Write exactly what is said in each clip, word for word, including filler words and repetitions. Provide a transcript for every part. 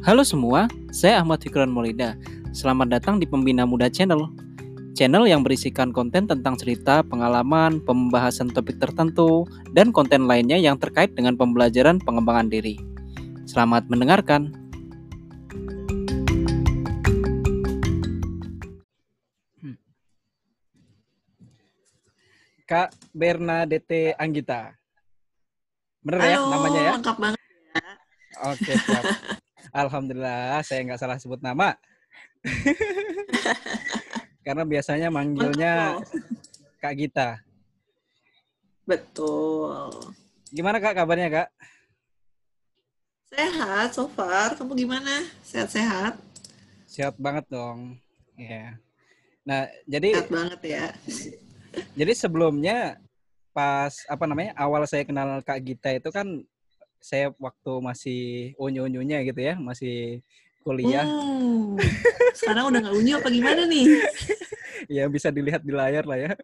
Halo semua, saya Ahmad Fikran Maulida. Selamat datang di Pembina Muda Channel. Channel yang berisikan konten tentang cerita, pengalaman, pembahasan topik tertentu, dan konten lainnya yang terkait dengan pembelajaran pengembangan diri. Selamat mendengarkan. Kak Bernadette Anggita. Bener ya Halo, namanya ya? lengkap banget ya. Oke, siap. Alhamdulillah saya nggak salah sebut nama. Karena biasanya Lengkap manggilnya loh. Kak Gita. Betul. Gimana Kak kabarnya Kak? Sehat so far. Kamu gimana? Sehat-sehat? Sehat banget dong. Ya. Nah, jadi Sehat banget ya. jadi sebelumnya pas apa namanya awal saya kenal Kak Gita itu kan saya waktu masih unyu-unyunya gitu ya, masih kuliah. Hmm, sekarang udah nggak unyu apa gimana nih? Ya bisa dilihat di layar lah ya.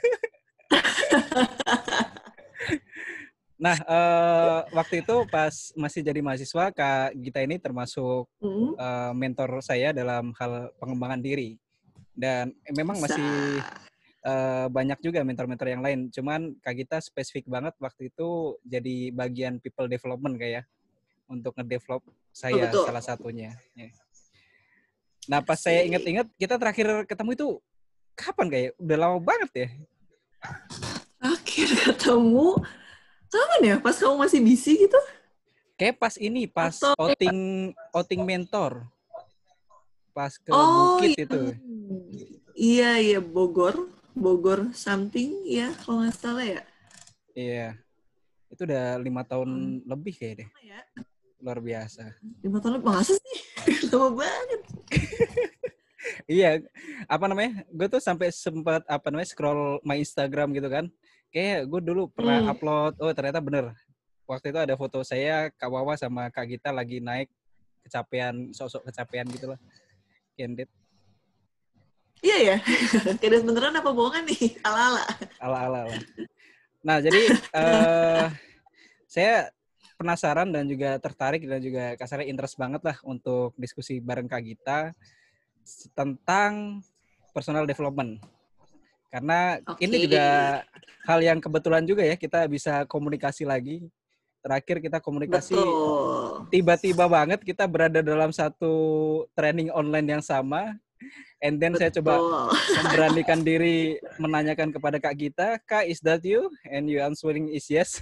Nah, eh, waktu itu pas masih jadi mahasiswa, Kak Gita ini termasuk Hmm, eh, mentor saya dalam hal pengembangan diri. Dan memang bisa. masih eh, banyak juga mentor-mentor yang lain. Cuman Kak Gita spesifik banget waktu itu jadi bagian people development kayak untuk ngedevelop Oh, saya betul. salah satunya. Ya. Nah, pas saya Asik. ingat-ingat kita terakhir ketemu itu kapan kayak? Udah lama banget ya. Akhir ketemu. Kapan ya? Pas kamu masih busy gitu? Kayak pas ini, pas Atau... outing outing mentor, pas ke Oh, Bukit yang... itu. Iya, iya. Bogor. Bogor something ya, kalau nggak salah ya. Iya, itu udah lima tahun Hmm, lebih kayak deh. lama ya. Luar biasa. Lima tahun lebih. Masa sih? Lama banget. Iya, apa namanya? Gue tuh sampai sempat apa namanya scroll my Instagram gitu kan. Kayak gue dulu pernah Hmm. upload, oh ternyata bener. Waktu itu ada foto saya, Kak Wawa sama Kak Gita lagi naik kecapean, sosok kecapean gitu lah. Candid. Iya ya, kayak beneran apa bohongan nih, ala-ala. Ala-ala lah. Nah, jadi eh saya penasaran dan juga tertarik dan juga kasarnya interest banget lah untuk diskusi bareng Kak Gita tentang personal development. Karena ini Oke, juga hal yang kebetulan juga ya kita bisa komunikasi lagi. Terakhir kita komunikasi betul. tiba-tiba banget kita berada dalam satu training online yang sama. And then saya coba Betul. memberanikan diri menanyakan kepada Kak Gita, Kak, is that you? And you answering is yes.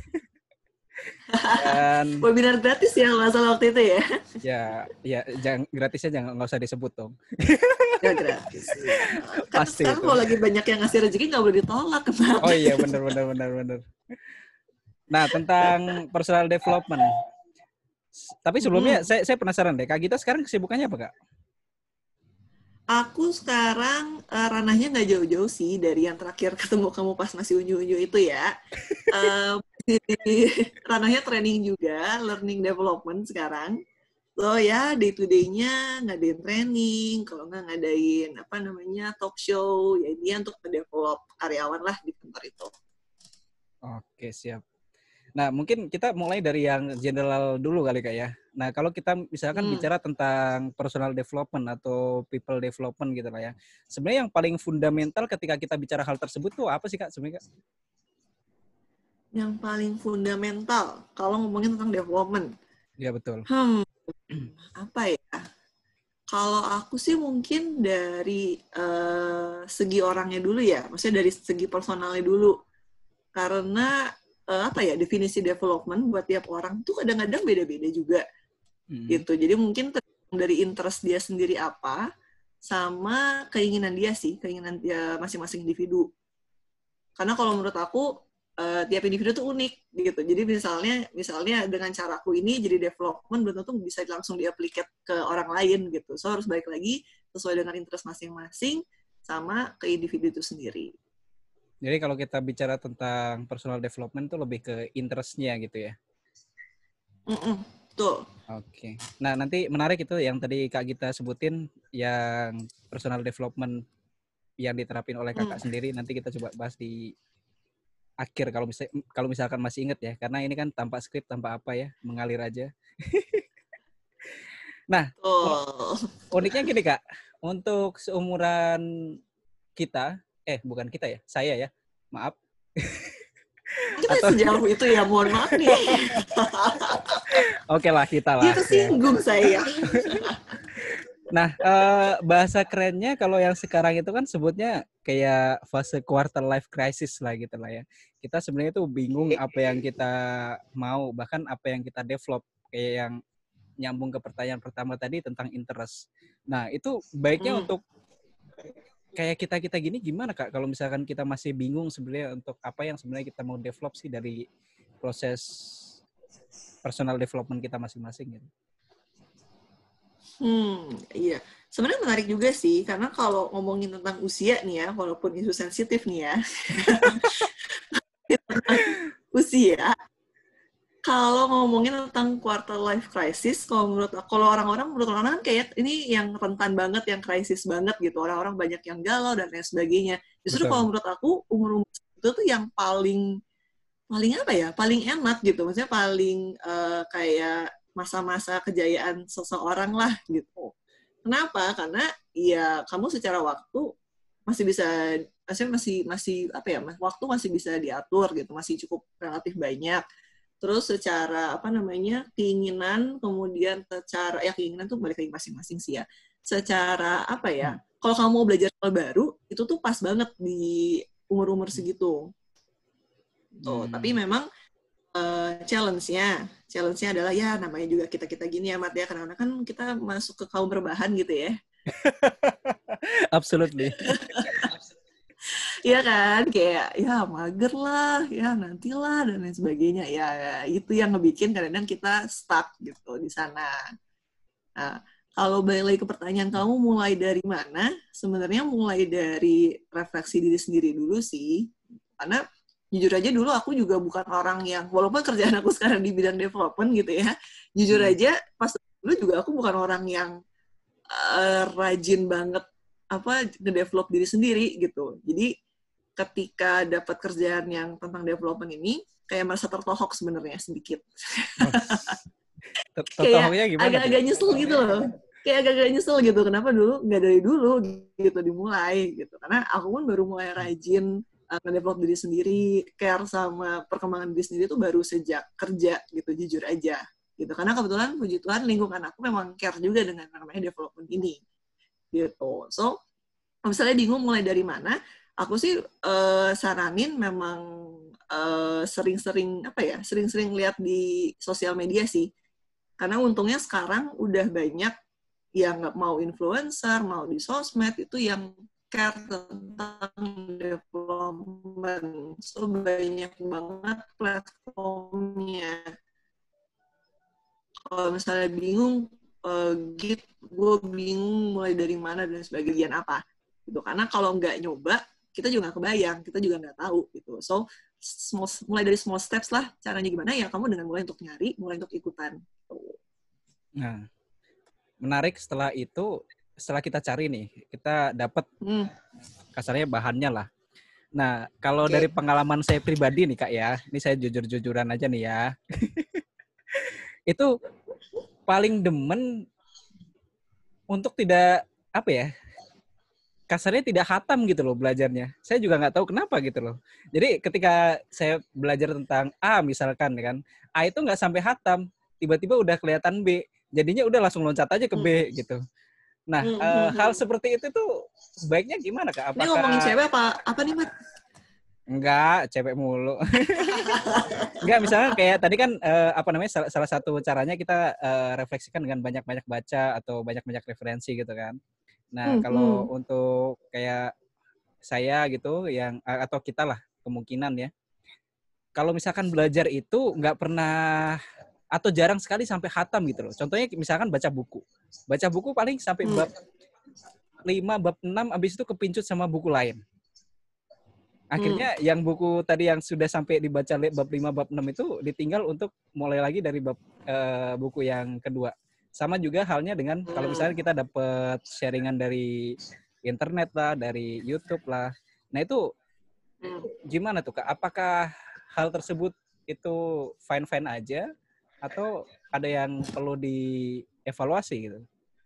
Dan Webinar gratis ya kalau nggak salah waktu itu ya. ya, ya jangan gratisnya jangan nggak usah disebut dong. Gak gratis. Ya. Kan Pasti sekarang itu. kalau lagi banyak yang ngasih rezeki nggak boleh ditolak. Oh Kenapa? iya, benar benar benar benar. Nah, tentang personal development. Tapi sebelumnya Mm-mm. saya saya penasaran deh, Kak Gita sekarang kesibukannya apa, Kak? Aku sekarang uh, ranahnya nggak jauh-jauh sih dari yang terakhir ketemu kamu pas masih unyu-unyu itu ya. Uh, di ranahnya training juga, learning development sekarang. So ya day to day-nya ngadain training, kalau nggak ngadain apa namanya talk show, ya dia untuk mendevelop karyawan lah di kantor itu. Oke, siap. Nah, mungkin kita mulai dari yang general dulu kali Kak ya. Nah, kalau kita misalkan Hmm. bicara tentang personal development atau people development gitu lah ya. Sebenarnya yang paling fundamental ketika kita bicara hal tersebut tuh apa sih Kak sebenarnya Kak? Yang paling fundamental kalau ngomongin tentang development, Iya, betul. hmm, apa ya? Kalau aku sih mungkin dari uh, segi orangnya dulu ya, maksudnya dari segi personalnya dulu. Karena uh, apa ya definisi development buat tiap orang tuh kadang-kadang beda-beda juga. Hmm. Gitu. Jadi mungkin dari interest dia sendiri apa sama keinginan dia sih, keinginan dia masing-masing individu. Karena kalau menurut aku uh, tiap individu tuh unik gitu. Jadi misalnya misalnya dengan caraku ini jadi development belum tentu bisa langsung diaplikat ke orang lain gitu. So harus balik lagi sesuai dengan interest masing-masing sama ke individu itu sendiri. Jadi kalau kita bicara tentang personal development tuh lebih ke interest-nya gitu ya. Mm-mm, betul. Oke. Nah, nanti menarik itu yang tadi Kak Gita sebutin yang personal development yang diterapin oleh Mm. Kakak sendiri. Nanti kita coba bahas di akhir kalau bisa kalau misalkan masih inget ya. Karena ini kan tanpa skrip, tanpa apa ya, mengalir aja. Nah, Oh. uniknya gini Kak, untuk seumuran kita, eh bukan kita ya, saya ya, maaf. Kita Atau sejauh itu ya, mohon maaf nih. oke lah kita Dia lah. Ya. kesinggung saya. Nah, eh, bahasa kerennya kalau yang sekarang itu kan sebutnya kayak fase quarter life crisis lah gitu lah ya. Kita sebenarnya tuh bingung apa yang kita mau, bahkan apa yang kita develop. Kayak yang nyambung ke pertanyaan pertama tadi tentang interest. Nah, itu baiknya Hmm. untuk kayak kita-kita gini gimana Kak? Kalau misalkan kita masih bingung sebenarnya untuk apa yang sebenarnya kita mau develop sih dari proses personal development kita masing-masing gitu. Hmm, iya. Sebenarnya menarik juga sih, karena kalau ngomongin tentang usia nih ya, walaupun isu sensitif nih ya, usia, kalau ngomongin tentang quarter life crisis, kalau menurut kalau orang-orang menurut orang-orang kayak ini yang rentan banget, yang krisis banget gitu. Orang-orang banyak yang galau dan lain sebagainya. Justru kalau Betul. menurut aku umur-umur itu tuh yang paling paling apa ya? Paling enak gitu. Maksudnya paling uh, kayak masa-masa kejayaan seseorang lah gitu. Kenapa? Karena ya kamu secara waktu masih bisa, maksudnya masih masih apa ya? Waktu masih bisa diatur gitu, masih cukup relatif banyak. Terus secara apa namanya keinginan, kemudian secara ya keinginan tuh balik lagi masing-masing sih ya. Secara apa ya? Hmm. Kalau kamu mau belajar hal baru, itu tuh pas banget di umur-umur segitu. Tuh, Hmm. tapi memang uh, challenge-nya, challenge-nya adalah ya namanya juga kita-kita gini ya, Mat ya. Karena kan kita masuk ke kaum berbahan gitu ya. Absolutely. Iya kan, kayak ya mager lah, ya nantilah dan lain sebagainya. Ya itu yang ngebikin kadang-kadang kita stuck gitu di sana. Nah, kalau balik lagi ke pertanyaan kamu mulai dari mana? Sebenarnya mulai dari refleksi diri sendiri dulu sih. Karena jujur aja dulu aku juga bukan orang yang, walaupun kerjaan aku sekarang di bidang development gitu ya, jujur Hmm. aja pas dulu juga aku bukan orang yang uh, rajin banget apa nge-develop diri sendiri gitu. Jadi ketika dapat kerjaan yang tentang development ini kayak merasa tertohok sebenarnya sedikit. Kayak Totohnya gimana tuh? agak-agak nyesel gitu loh. Kayak agak-agak nyesel gitu. Kenapa dulu nggak dari dulu gitu dimulai gitu. Karena aku pun baru mulai rajin uh, nge-develop diri sendiri, care sama perkembangan diri sendiri tuh baru sejak kerja gitu, jujur aja. Gitu. Karena kebetulan puji Tuhan lingkungan aku memang care juga dengan namanya development ini. Gitu. So, misalnya bingung mulai dari mana, aku sih uh, saranin memang uh, sering-sering apa ya, sering-sering lihat di sosial media sih. Karena untungnya sekarang udah banyak yang nggak mau influencer, mau di sosmed itu yang care tentang development. So banyak banget platformnya. Kalau misalnya bingung, uh, git, gue bingung mulai dari mana dan sebagian apa. Gitu. Karena kalau nggak nyoba, kita juga nggak kebayang, kita juga nggak tahu. Gitu. So, small, mulai dari small steps lah, caranya gimana ya, kamu dengan mulai untuk nyari, mulai untuk ikutan. Gitu. Nah, menarik setelah itu, setelah kita cari nih, kita dapat hmm. kasarnya bahannya lah. Nah, kalau okay. dari pengalaman saya pribadi nih Kak ya, ini saya jujur-jujuran aja nih ya. Itu paling demen untuk tidak, apa ya, kasarnya tidak khatam gitu loh belajarnya. Saya juga nggak tahu kenapa gitu loh. Jadi ketika saya belajar tentang A misalkan kan, A itu nggak sampai khatam, tiba-tiba udah kelihatan B. Jadinya udah langsung loncat aja ke B hmm. gitu. Nah, hmm, uh, hmm, hal seperti itu tuh baiknya gimana Kak? Apakah... Ini ngomongin cewek apa apa nih, Mat? Enggak, cewek mulu. Enggak, misalnya kayak tadi kan uh, apa namanya salah, salah satu caranya kita uh, refleksikan dengan banyak-banyak baca atau banyak-banyak referensi gitu kan. Nah, hmm, kalau hmm. untuk kayak saya gitu yang atau kita lah kemungkinan ya. Kalau misalkan belajar itu nggak pernah atau jarang sekali sampai khatam gitu loh. Contohnya misalkan baca buku. Baca buku paling sampai bab lima, bab enam, habis itu kepincut sama buku lain. Akhirnya hmm. yang buku tadi yang sudah sampai dibaca bab lima, bab enam itu ditinggal untuk mulai lagi dari bab uh, buku yang kedua. Sama juga halnya dengan kalau misalnya kita dapat sharingan dari internet lah, dari YouTube lah. Nah itu gimana tuh Kak? Apakah hal tersebut itu fine-fine aja? Atau ada yang perlu di evaluasi gitu.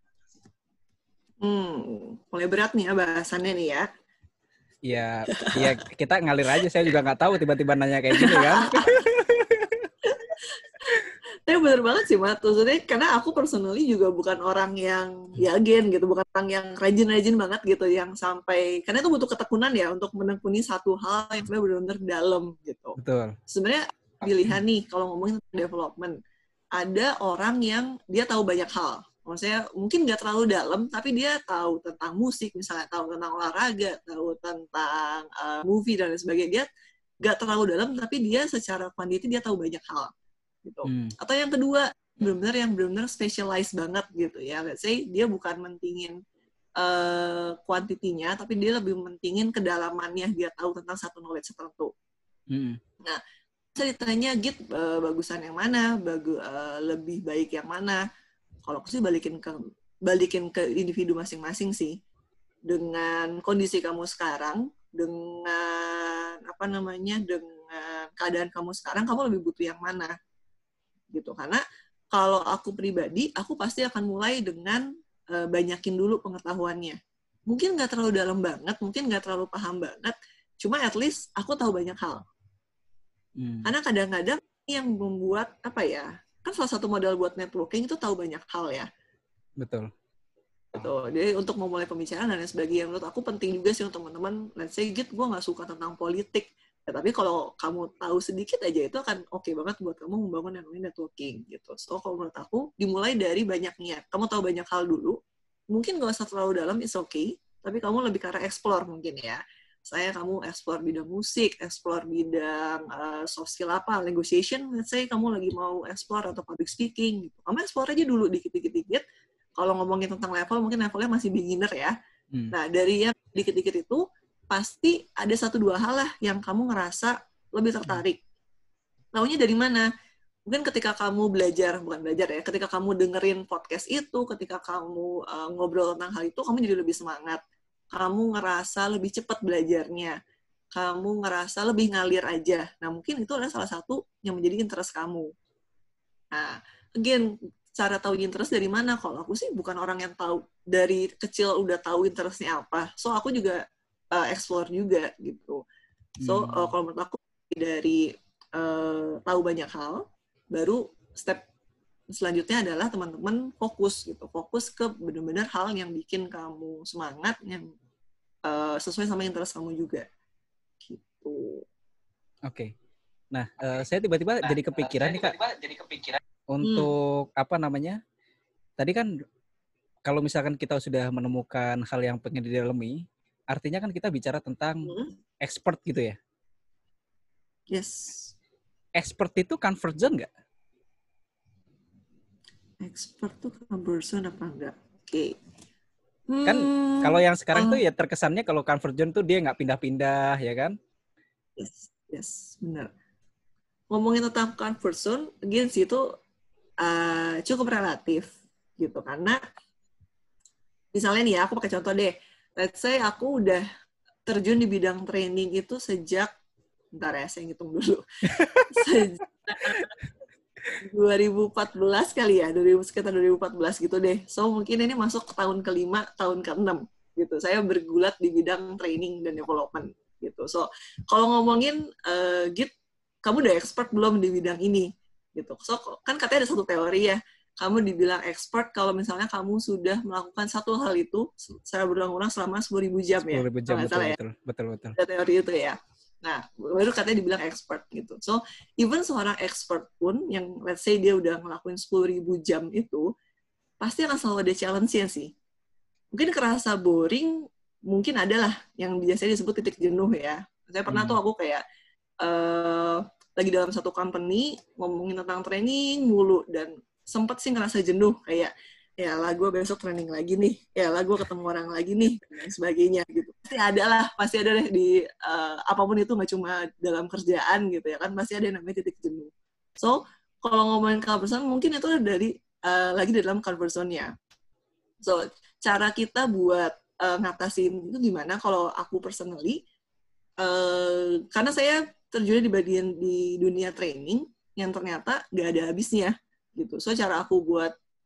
Hmm, mulai berat nih ya bahasannya nih ya. Ya, ya kita ngalir aja. Saya juga nggak tahu tiba-tiba nanya kayak gini kan. Tapi bener banget sih, Mat. Maksudnya karena aku personally juga bukan orang yang ya again gitu, bukan orang yang rajin-rajin banget gitu, yang sampai karena itu butuh ketekunan ya untuk menekuni satu hal yang sebenarnya benar-benar dalam gitu. Betul. Sebenarnya pilihan nih kalau ngomongin tentang development, ada orang yang dia tahu banyak hal. Maksudnya mungkin nggak terlalu dalam, tapi dia tahu tentang musik, misalnya tahu tentang olahraga, tahu tentang uh, movie dan lain sebagainya. Dia nggak terlalu dalam, tapi dia secara kuantiti dia tahu banyak hal. Gitu. Hmm. Atau yang kedua, benar-benar yang benar-benar specialized banget gitu ya. Let's say dia bukan mentingin kuantitinya, uh, tapi dia lebih mentingin kedalamannya, dia tahu tentang satu knowledge tertentu. Hmm. Nah, bisa ditanya, Git, uh, bagusan yang mana, bagu, uh, lebih baik yang mana? Kalau aku sih balikin ke balikin ke individu masing-masing sih. Dengan kondisi kamu sekarang, dengan apa namanya, dengan keadaan kamu sekarang, kamu lebih butuh yang mana? Gitu. Karena kalau aku pribadi, aku pasti akan mulai dengan uh, banyakin dulu pengetahuannya. Mungkin nggak terlalu dalam banget, mungkin nggak terlalu paham banget, cuma at least aku tahu banyak hal. Hmm. Karena kadang-kadang yang membuat, apa ya, kan salah satu modal buat networking itu tahu banyak hal ya. Betul. Betul. Jadi untuk memulai pembicaraan dan lain sebagainya, menurut aku penting juga sih untuk teman-teman, let's say, Git, gue nggak suka tentang politik. Ya, tapi kalau kamu tahu sedikit aja itu akan oke okay banget buat kamu membangun yang namanya networking gitu. So kalau menurut aku dimulai dari banyak niat. Kamu tahu banyak hal dulu. Mungkin nggak usah terlalu dalam, it's okay. Tapi kamu lebih ke arah explore mungkin ya. Saya kamu explore bidang musik, explore bidang uh, soft skill apa, negotiation. Let's say kamu lagi mau explore atau public speaking. Gitu. Kamu explore aja dulu dikit-dikit-dikit. Kalau ngomongin tentang level, mungkin levelnya masih beginner ya. Hmm. Nah dari yang dikit-dikit itu pasti ada satu dua hal lah yang kamu ngerasa lebih tertarik. Taunya dari mana? Mungkin ketika kamu belajar, bukan belajar ya, ketika kamu dengerin podcast itu, ketika kamu uh, ngobrol tentang hal itu, kamu jadi lebih semangat. Kamu ngerasa lebih cepat belajarnya. Kamu ngerasa lebih ngalir aja. Nah, mungkin itu adalah salah satu yang menjadi interest kamu. Nah, again, cara tahu interest dari mana? Kalau aku sih bukan orang yang tahu dari kecil udah tahu interestnya apa. So, aku juga Uh, explore juga gitu. So uh, kalau menurut aku dari uh, tahu banyak hal, baru step selanjutnya adalah teman-teman fokus gitu, fokus ke benar-benar hal yang bikin kamu semangat, yang uh, sesuai sama interest kamu juga. Gitu. Oke. Okay. Nah, uh, saya tiba-tiba nah, jadi kepikiran uh, nih Kak. Jadi kepikiran untuk hmm. apa namanya? Tadi kan kalau misalkan kita sudah menemukan hal yang pengen didalami, artinya kan kita bicara tentang hmm. expert gitu ya. Yes. Expert itu comfort zone nggak? Expert tuh comfort zone apa enggak? Oke. Okay. Hmm. Kan kalau yang sekarang oh. tuh ya terkesannya kalau comfort zone tuh dia nggak pindah-pindah ya kan? Yes, yes, benar. Ngomongin tentang comfort zone, again sih itu uh, cukup relatif gitu. Karena misalnya nih ya, aku pakai contoh deh. Let's say aku udah terjun di bidang training itu sejak, bentar ya, saya ngitung dulu. Sejak dua ribu empat belas kali ya, sekitar dua ribu empat belas gitu deh. So, mungkin ini masuk ke tahun kelima, tahun keenam gitu. Saya bergulat di bidang training dan development gitu. So, kalau ngomongin, uh, Git, kamu udah expert belum di bidang ini? Gitu. So, kan katanya ada satu teori ya, kamu dibilang expert kalau misalnya kamu sudah melakukan satu hal itu secara berulang-ulang selama sepuluh ribu jam ya. sepuluh ribu jam, betul, ya. betul, betul, betul. Ada teori itu ya. Nah, baru katanya dibilang expert gitu. So, even seorang expert pun yang let's say dia udah ngelakuin sepuluh ribu jam itu, pasti akan selalu ada challenge-nya sih. Mungkin kerasa boring, mungkin adalah yang biasanya disebut titik jenuh ya. Saya pernah hmm. tuh aku kayak uh, lagi dalam satu company ngomongin tentang training mulu dan sempet sih ngerasa jenuh, kayak ya lah gue besok training lagi nih, ya lah gue ketemu orang lagi nih, dan sebagainya gitu. Pasti ada lah, pasti ada deh di uh, apapun itu, nggak cuma dalam kerjaan gitu ya kan, pasti ada yang namanya titik jenuh. So, kalau ngomongin comfort zone, mungkin itu dari uh, lagi di dalam comfort zone-nya. So, cara kita buat uh, ngatasin itu gimana? Kalau aku personally, uh, karena saya terjun di bagian di dunia training yang ternyata nggak ada habisnya. Gitu. So, cara aku buat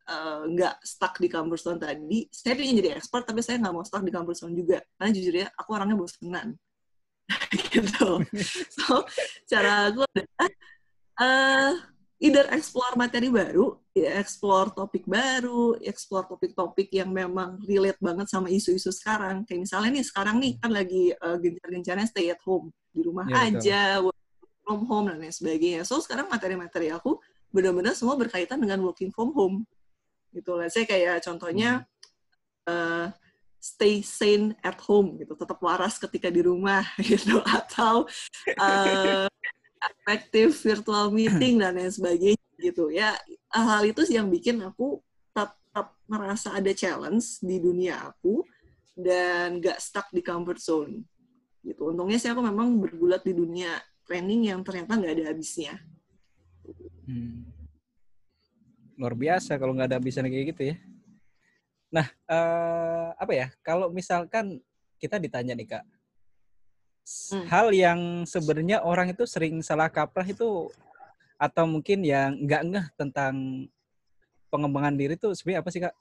nggak uh, stuck di comfort zone tadi. Saya ingin jadi expert, tapi saya nggak mau stuck di comfort zone juga. Karena jujur ya, aku orangnya bosenan. Gitu. So, cara aku adalah uh, either explore materi baru, ya explore topik baru, explore topik-topik yang memang relate banget sama isu-isu sekarang. Kayak misalnya nih, sekarang nih kan lagi uh, gencar-gencarnya stay at home. Di rumah ya, aja, work from home, dan lain sebagainya. So, sekarang materi-materi aku benar-benar semua berkaitan dengan working from home. Gitu lah. Saya kayak contohnya, uh, stay sane at home, gitu. Tetap waras ketika di rumah, gitu. Atau uh, effective virtual meeting dan lain sebagainya gitu ya. Hal itu sih yang bikin aku tetap, tetap merasa ada challenge di dunia aku dan gak stuck di comfort zone gitu. Untungnya sih aku memang bergulat di dunia training yang ternyata gak ada habisnya. Hmm. Luar biasa kalau gak ada habisnya kayak gitu ya. Nah, uh, apa ya? Kalau misalkan kita ditanya nih Kak, Hmm. hal yang sebenarnya orang itu sering salah kaprah itu atau mungkin yang nggak ngeh tentang pengembangan diri itu sebenarnya apa sih Kak?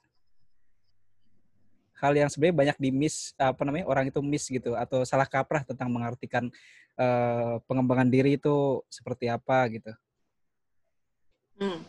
Hal yang sebenarnya banyak di miss, apa namanya, orang itu miss gitu atau salah kaprah tentang mengartikan uh, pengembangan diri itu seperti apa gitu? Hmm.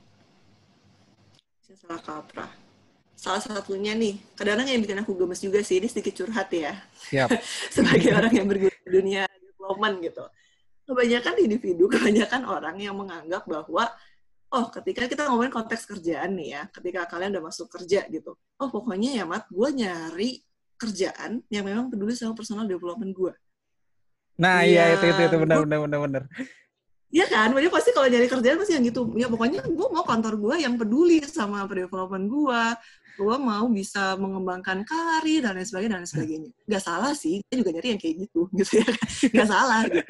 Salah kaprah. Salah satunya nih, kadang-kadang yang bikin aku gemes juga sih, ini sedikit curhat ya. Yep. Sebagai orang yang bergelut di dunia development gitu. Kebanyakan individu, kebanyakan orang yang menganggap bahwa, oh ketika kita ngomongin konteks kerjaan nih ya, ketika kalian udah masuk kerja gitu, oh pokoknya ya Mat, gue nyari kerjaan yang memang peduli sama personal development gue. Nah iya ya, itu, itu, itu, benar, benar, benar, benar. Iya kan, makanya pasti kalau nyari kerjaan pasti yang gitu. Ya pokoknya gue mau kantor gue yang peduli sama development gue, gue mau bisa mengembangkan karir dan lain sebagainya dan lain sebagainya. Gak salah sih, saya juga nyari yang kayak gitu, gitu ya. Gak salah gitu.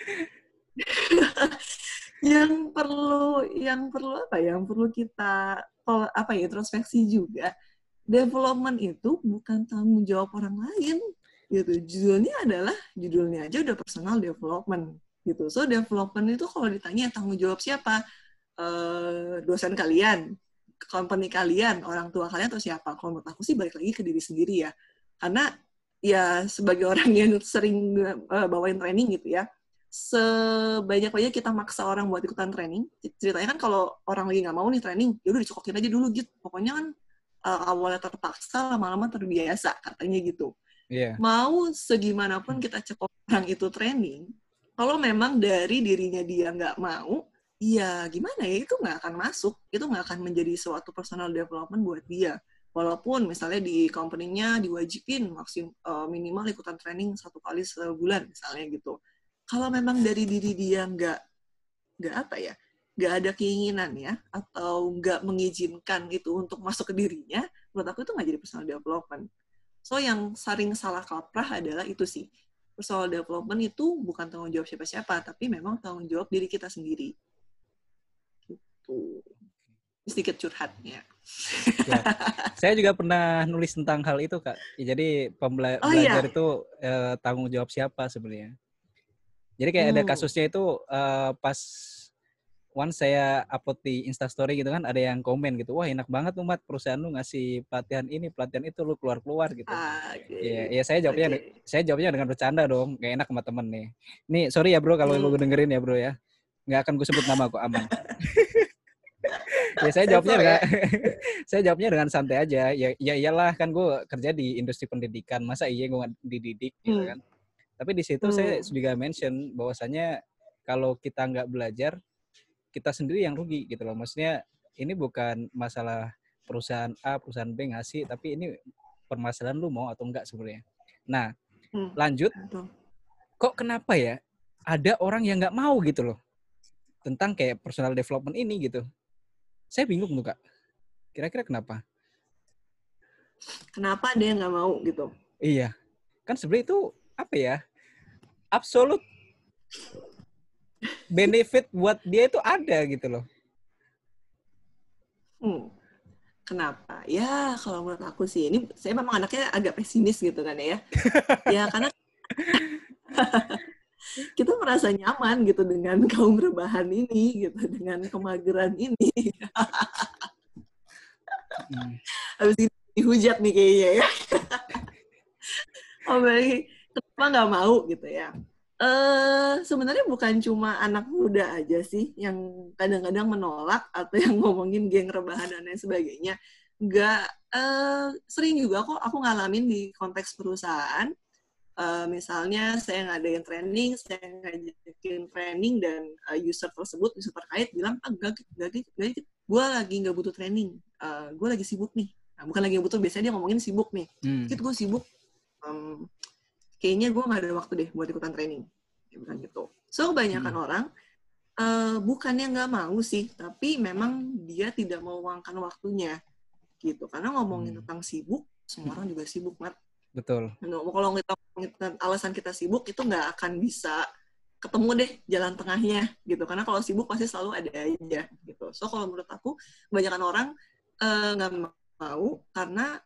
yang perlu, yang perlu apa? Yang perlu kita apa ya introspeksi juga. Development itu bukan tanggung jawab orang lain, gitu. Judulnya adalah judulnya aja udah personal development. Gitu. So development itu kalau ditanya tanggung jawab siapa? Uh, dosen kalian, company kalian, orang tua kalian atau siapa? Kalau menurut aku sih balik lagi ke diri sendiri ya. Karena ya sebagai orang yang sering uh, bawain training gitu ya, sebanyak-banyak kita maksa orang buat ikutan training, ceritanya kan kalau orang lagi nggak mau nih training, ya udah dicokokin aja dulu gitu. Pokoknya kan uh, awalnya terpaksa, lama-lama terbiasa katanya gitu. Yeah. Mau segimanapun kita cekok orang itu training, kalau memang dari dirinya dia nggak mau, ya gimana ya, itu nggak akan masuk. Itu nggak akan menjadi suatu personal development buat dia. Walaupun misalnya di company-nya diwajibin maksim, uh, minimal ikutan training satu kali sebulan misalnya gitu. Kalau memang dari diri dia nggak, nggak apa ya, nggak ada keinginan ya, atau nggak mengizinkan itu untuk masuk ke dirinya, menurut aku itu nggak jadi personal development. So yang sering salah kaprah adalah itu sih. Personal development itu bukan tanggung jawab siapa-siapa, tapi memang tanggung jawab diri kita sendiri. Gitu. Sedikit curhatnya. Ya. Saya juga pernah nulis tentang hal itu, Kak. Ya, jadi pembela- oh, belajar iya. itu eh, tanggung jawab siapa sebenarnya. Jadi kayak hmm. ada kasusnya itu eh, pas once saya upload di Instastory gitu kan, ada yang komen gitu, wah enak banget Umat, perusahaan lu ngasih pelatihan ini, pelatihan itu, lu keluar-keluar gitu. Ah, okay. Ya, ya saya jawabnya, okay. saya jawabnya dengan bercanda dong, gak enak sama temen nih. Nih sorry ya bro kalau hmm. lu dengerin ya bro ya, nggak akan gue sebut nama kok, aman. Ya saya jawabnya dengan, saya jawabnya dengan santai aja. Ya, ya iyalah kan gue kerja di industri pendidikan, masa iya gue nggak dididik gitu kan. Hmm. Tapi di situ hmm. saya juga mention bahwasannya kalau kita nggak belajar, kita sendiri yang rugi gitu loh. Maksudnya ini bukan masalah perusahaan A, perusahaan B ngasih, tapi ini permasalahan lu mau atau enggak sebenarnya. Nah, hmm. lanjut. Kok kenapa ya ada orang yang nggak mau gitu loh tentang kayak personal development ini gitu. Saya bingung tuh Kak. Kira-kira kenapa? Kenapa ada yang nggak mau gitu? Iya. Kan sebenarnya itu apa ya? Absolut benefit buat dia itu ada gitu loh. Hmm. Kenapa? Ya kalau menurut aku sih, ini saya memang anaknya agak pesimis gitu kan ya. Ya karena kita merasa nyaman gitu dengan kaum rebahan ini gitu, dengan kemageran ini. Hmm. Habis ini dihujat nih kayaknya ya. Oh, baik. Kenapa nggak mau gitu ya? Eh sebenarnya bukan cuma anak muda aja sih yang kadang-kadang menolak atau yang ngomongin geng rebahan dan lain sebagainya. Nggak, eh, sering juga kok aku ngalamin di konteks perusahaan. Uh, misalnya saya ngadain training, saya ngajakin training dan uh, user tersebut, user terkait bilang, ah gak, gak, gak, gak gue lagi gak butuh training, uh, gue lagi sibuk nih. Nah, bukan lagi butuh, biasanya dia ngomongin sibuk nih. Hmm. Gitu, gue sibuk, um, kayaknya gue gak ada waktu deh buat ikutan training. Dia bilang gitu. So, kebanyakan hmm. orang, uh, bukannya gak mau sih, tapi memang dia tidak mau meluangkan waktunya. Gitu. Karena ngomongin hmm. tentang sibuk, semua orang juga sibuk, Mat. Betul. No, kalau kita alasan kita sibuk itu nggak akan bisa ketemu deh jalan tengahnya gitu. Karena kalau sibuk pasti selalu ada aja gitu. So kalau menurut aku kebanyakan orang nggak uh, mau karena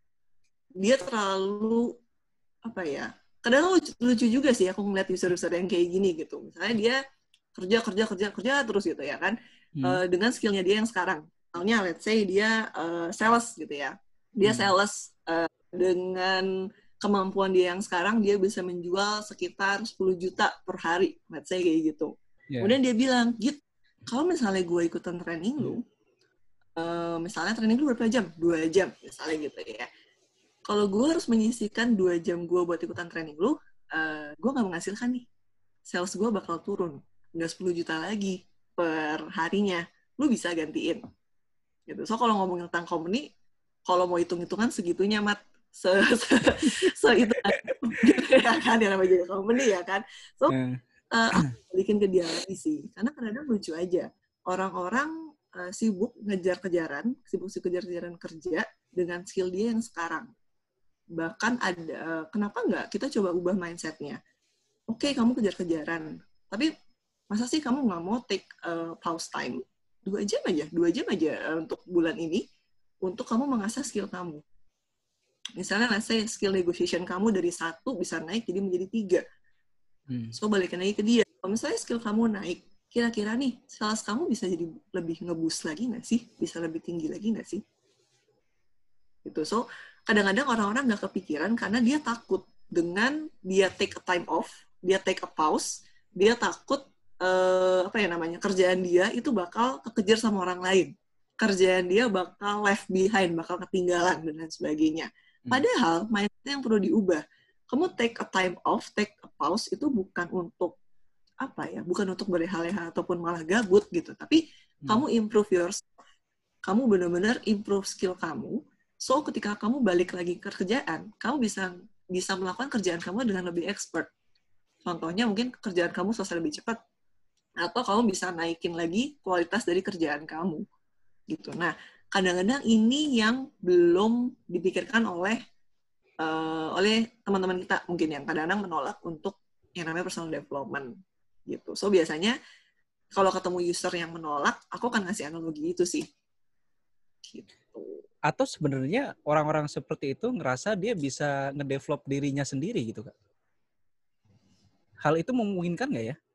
dia terlalu apa ya? Kadang lucu, lucu juga sih aku ngeliat user-user yang kayak gini gitu. Misalnya dia kerja kerja kerja kerja terus gitu ya kan hmm. uh, dengan skillnya dia yang sekarang. Misalnya let's say dia uh, sales gitu ya. Dia hmm. sales uh, dengan kemampuan dia yang sekarang, dia bisa menjual sekitar sepuluh juta per hari, let's say kayak gitu. Yeah. Kemudian dia bilang, Git, kalau misalnya gue ikutan training lu, uh, misalnya training lu berapa jam? Dua jam, misalnya gitu ya. Kalau gue harus menyisihkan dua jam gue buat ikutan training lu, uh, gue gak menghasilkan nih. Sales gue bakal turun, nggak sepuluh juta lagi per harinya. Lu bisa gantiin. Gitu. So kalau ngomongin tentang company, kalau mau hitung-hitungan segitunya, Mat. Se, se, se itu gitu ya kan, yang namanya juga company ya kan. So, uh, aku balikin ke dia lagi sih. Karena kadang-kadang lucu aja. Orang-orang uh, sibuk ngejar-kejaran, sibuk kejar-kejaran kerja dengan skill dia yang sekarang. Bahkan ada, uh, kenapa nggak kita coba ubah mindset-nya? Oke, okay, kamu kejar-kejaran. Tapi, masa sih kamu nggak mau take uh, pause time? Dua jam aja, dua jam aja uh, untuk bulan ini, untuk kamu mengasah skill kamu. Misalnya, let's say skill negotiation kamu dari satu bisa naik jadi menjadi tiga. Hmm. So, balikin lagi ke dia. Kalau misalnya skill kamu naik, kira-kira nih, sales kamu bisa jadi lebih nge-boost lagi nggak sih? Bisa lebih tinggi lagi nggak sih? Gitu. So, kadang-kadang orang-orang nggak kepikiran karena dia takut dengan dia take a time off, dia take a pause, dia takut, uh, apa ya namanya, kerjaan dia itu bakal kekejar sama orang lain. Kerjaan dia bakal left behind, bakal ketinggalan, dan lain sebagainya. Padahal, mindset yang perlu diubah. Kamu take a time off, take a pause, itu bukan untuk, apa ya, bukan untuk berleha-leha ataupun malah gabut, gitu. Tapi, hmm. kamu improve yourself. Kamu benar-benar improve skill kamu. So, ketika kamu balik lagi ke kerjaan, kamu bisa bisa melakukan kerjaan kamu dengan lebih expert. Contohnya, mungkin kerjaan kamu selesai lebih cepat. Atau kamu bisa naikin lagi kualitas dari kerjaan kamu. Gitu. Nah, kadang-kadang ini yang belum dipikirkan oleh uh, oleh teman-teman kita mungkin yang kadang-kadang menolak untuk yang namanya personal development gitu. So biasanya kalau ketemu user yang menolak, aku akan ngasih analogi itu sih. Gitu. Atau sebenarnya orang-orang seperti itu ngerasa dia bisa ngedevelop dirinya sendiri gitu, Kak? Hal itu memungkinkan nggak ya?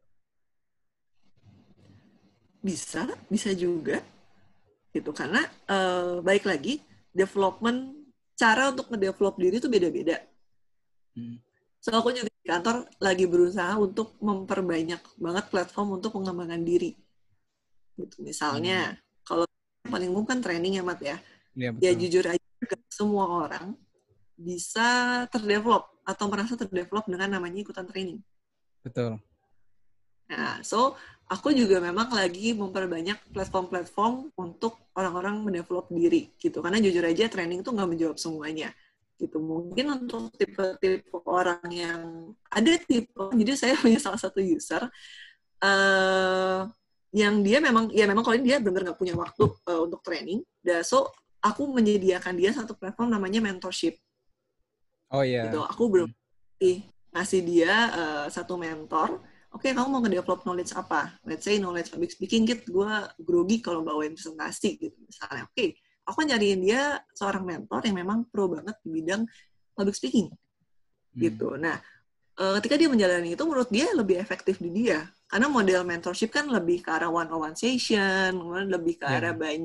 Bisa, bisa juga. Gitu karena uh, baik lagi development cara untuk ngedevelop diri itu beda-beda. Hmm. So aku juga di kantor lagi berusaha untuk memperbanyak banget platform untuk mengembangkan diri. Gitu. Misalnya hmm. kalau paling umum kan training ya Mat ya. Ya, ya jujur aja gak semua orang bisa terdevelop atau merasa terdevelop dengan namanya ikutan training. Betul. Nah, so aku juga memang lagi memperbanyak platform-platform untuk orang-orang mendevelop diri gitu. Karena jujur aja training itu nggak menjawab semuanya. Gitu. Mungkin untuk tipe-tipe orang yang ada tipe, jadi saya punya salah satu user uh, yang dia memang, ya memang kalau dia benar-benar nggak punya waktu uh, untuk training. Dan so aku menyediakan dia satu platform namanya mentorship. Oh iya. Yeah. Gitu. Aku belum hmm. ngasih dia uh, satu mentor. Oke, okay, kamu mau nge-develop knowledge apa? Let's say knowledge public speaking, gitu. Gue grogi kalau bawain presentasi, gitu. Misalnya, oke, okay, aku nyariin dia seorang mentor yang memang pro banget di bidang public speaking. Hmm. Gitu. Nah, ketika dia menjalani itu, menurut dia lebih efektif di dia. Karena model mentorship kan lebih ke arah one-on-one session, lebih ke arah yeah. banyak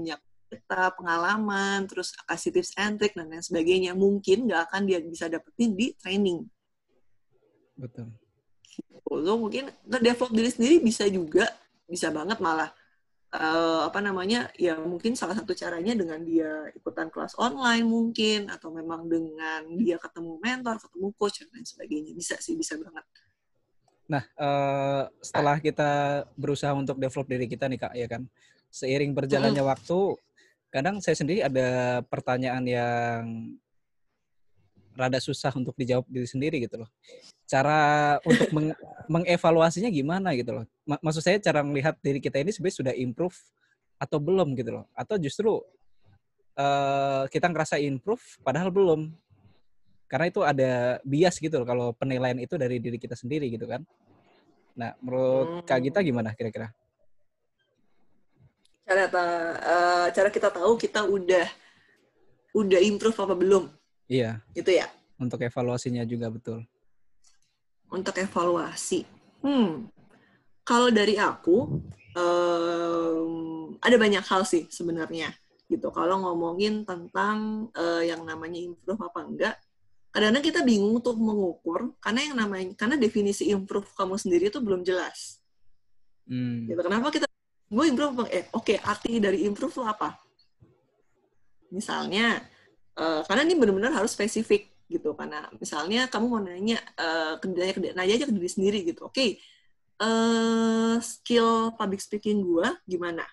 cerita, pengalaman, terus kasih tips and trick dan lain sebagainya. Mungkin nggak akan dia bisa dapetin di training. Betul. So, mungkin nge-develop diri sendiri bisa juga, bisa banget malah. Uh, apa namanya, ya mungkin salah satu caranya dengan dia ikutan kelas online mungkin, atau memang dengan dia ketemu mentor, ketemu coach, dan lain sebagainya. Bisa sih, bisa banget. Nah, uh, setelah kita berusaha untuk develop diri kita nih Kak, ya kan, seiring berjalannya mm-hmm. waktu, kadang saya sendiri ada pertanyaan yang rada susah untuk dijawab diri sendiri gitu loh. Cara untuk meng- mengevaluasinya gimana gitu loh. M- maksud saya cara melihat diri kita ini sebenarnya sudah improve atau belum gitu loh. Atau justru uh, kita ngerasa improve padahal belum. Karena itu ada bias gitu loh kalau penilaian itu dari diri kita sendiri gitu kan. Nah, menurut Kak Gita gimana kira-kira? Cara uh, cara kita tahu kita udah udah improve apa belum? Iya. Itu ya. Untuk evaluasinya juga betul. Untuk evaluasi. Hmm. Kalau dari aku, um, ada banyak hal sih sebenarnya. Gitu. Kalau ngomongin tentang uh, yang namanya improve apa enggak, kadang-kadang kita bingung untuk mengukur karena yang namanya karena definisi improve kamu sendiri itu belum jelas. Hmm. Gitu. Kenapa kita gue improve apa? Eh, oke, okay, arti dari improve itu apa? Misalnya, uh, karena ini benar-benar harus spesifik. Gitu, karena misalnya kamu mau nanya uh, nanya, nanya aja ke diri sendiri gitu, oke, okay, uh, skill public speaking gue gimana,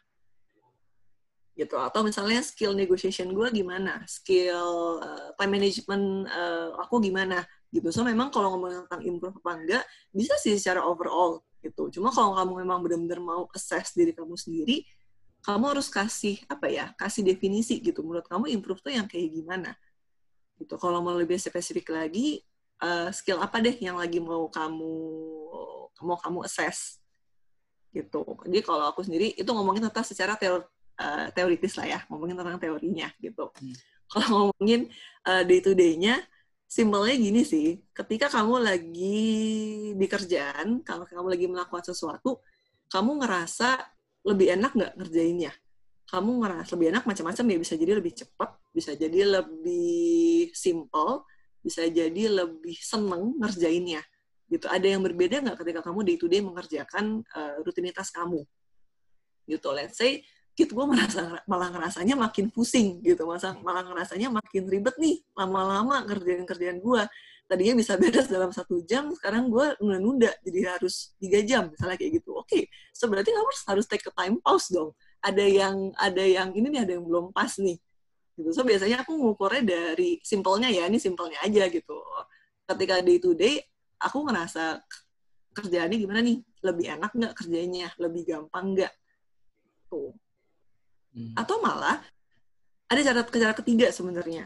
gitu, atau misalnya skill negotiation gue gimana, skill uh, time management uh, aku gimana, gitu. So memang kalau ngomong tentang improve apa enggak, bisa sih secara overall, gitu. Cuma kalau kamu memang benar-benar mau assess diri kamu sendiri, kamu harus kasih apa ya, kasih definisi gitu. Menurut kamu improve tuh yang kayak gimana? Gitu. Kalau mau lebih spesifik lagi, uh, skill apa deh yang lagi mau kamu mau kamu assess, gitu. Jadi kalau aku sendiri itu ngomongin tentang secara teori, uh, teoritis lah ya, ngomongin tentang teorinya, gitu. Hmm. Kalau ngomongin uh, day to day-nya, simpelnya gini sih, ketika kamu lagi di kerjaan, kalau kamu lagi melakukan sesuatu, kamu ngerasa lebih enak nggak ngerjainnya? Kamu ngerasa lebih enak macam-macam ya, bisa jadi lebih cepat, bisa jadi lebih simple, bisa jadi lebih seneng ngerjainnya. Gitu. Ada yang berbeda nggak ketika kamu day to day mengerjakan uh, rutinitas kamu? Gitu. Let's say, gitu gue merasa malah ngerasanya makin pusing gitu, malah ngerasanya makin ribet nih lama-lama kerjaan-kerjaan gue. Tadinya bisa beres dalam satu jam, sekarang gue nunda-nunda jadi harus tiga jam misalnya kayak gitu. Oke, okay. So berarti kamu harus take a time pause dong. Ada yang ada yang ini nih, ada yang belum pas nih. Gitu. So biasanya aku ngukurnya dari simpelnya ya, ini simpelnya aja gitu. Ketika day to day, aku ngerasa kerjaannya gimana nih? Lebih enak nggak kerjanya? Lebih gampang nggak? Tuh. Hmm. Atau malah ada cara cara ketiga sebenarnya.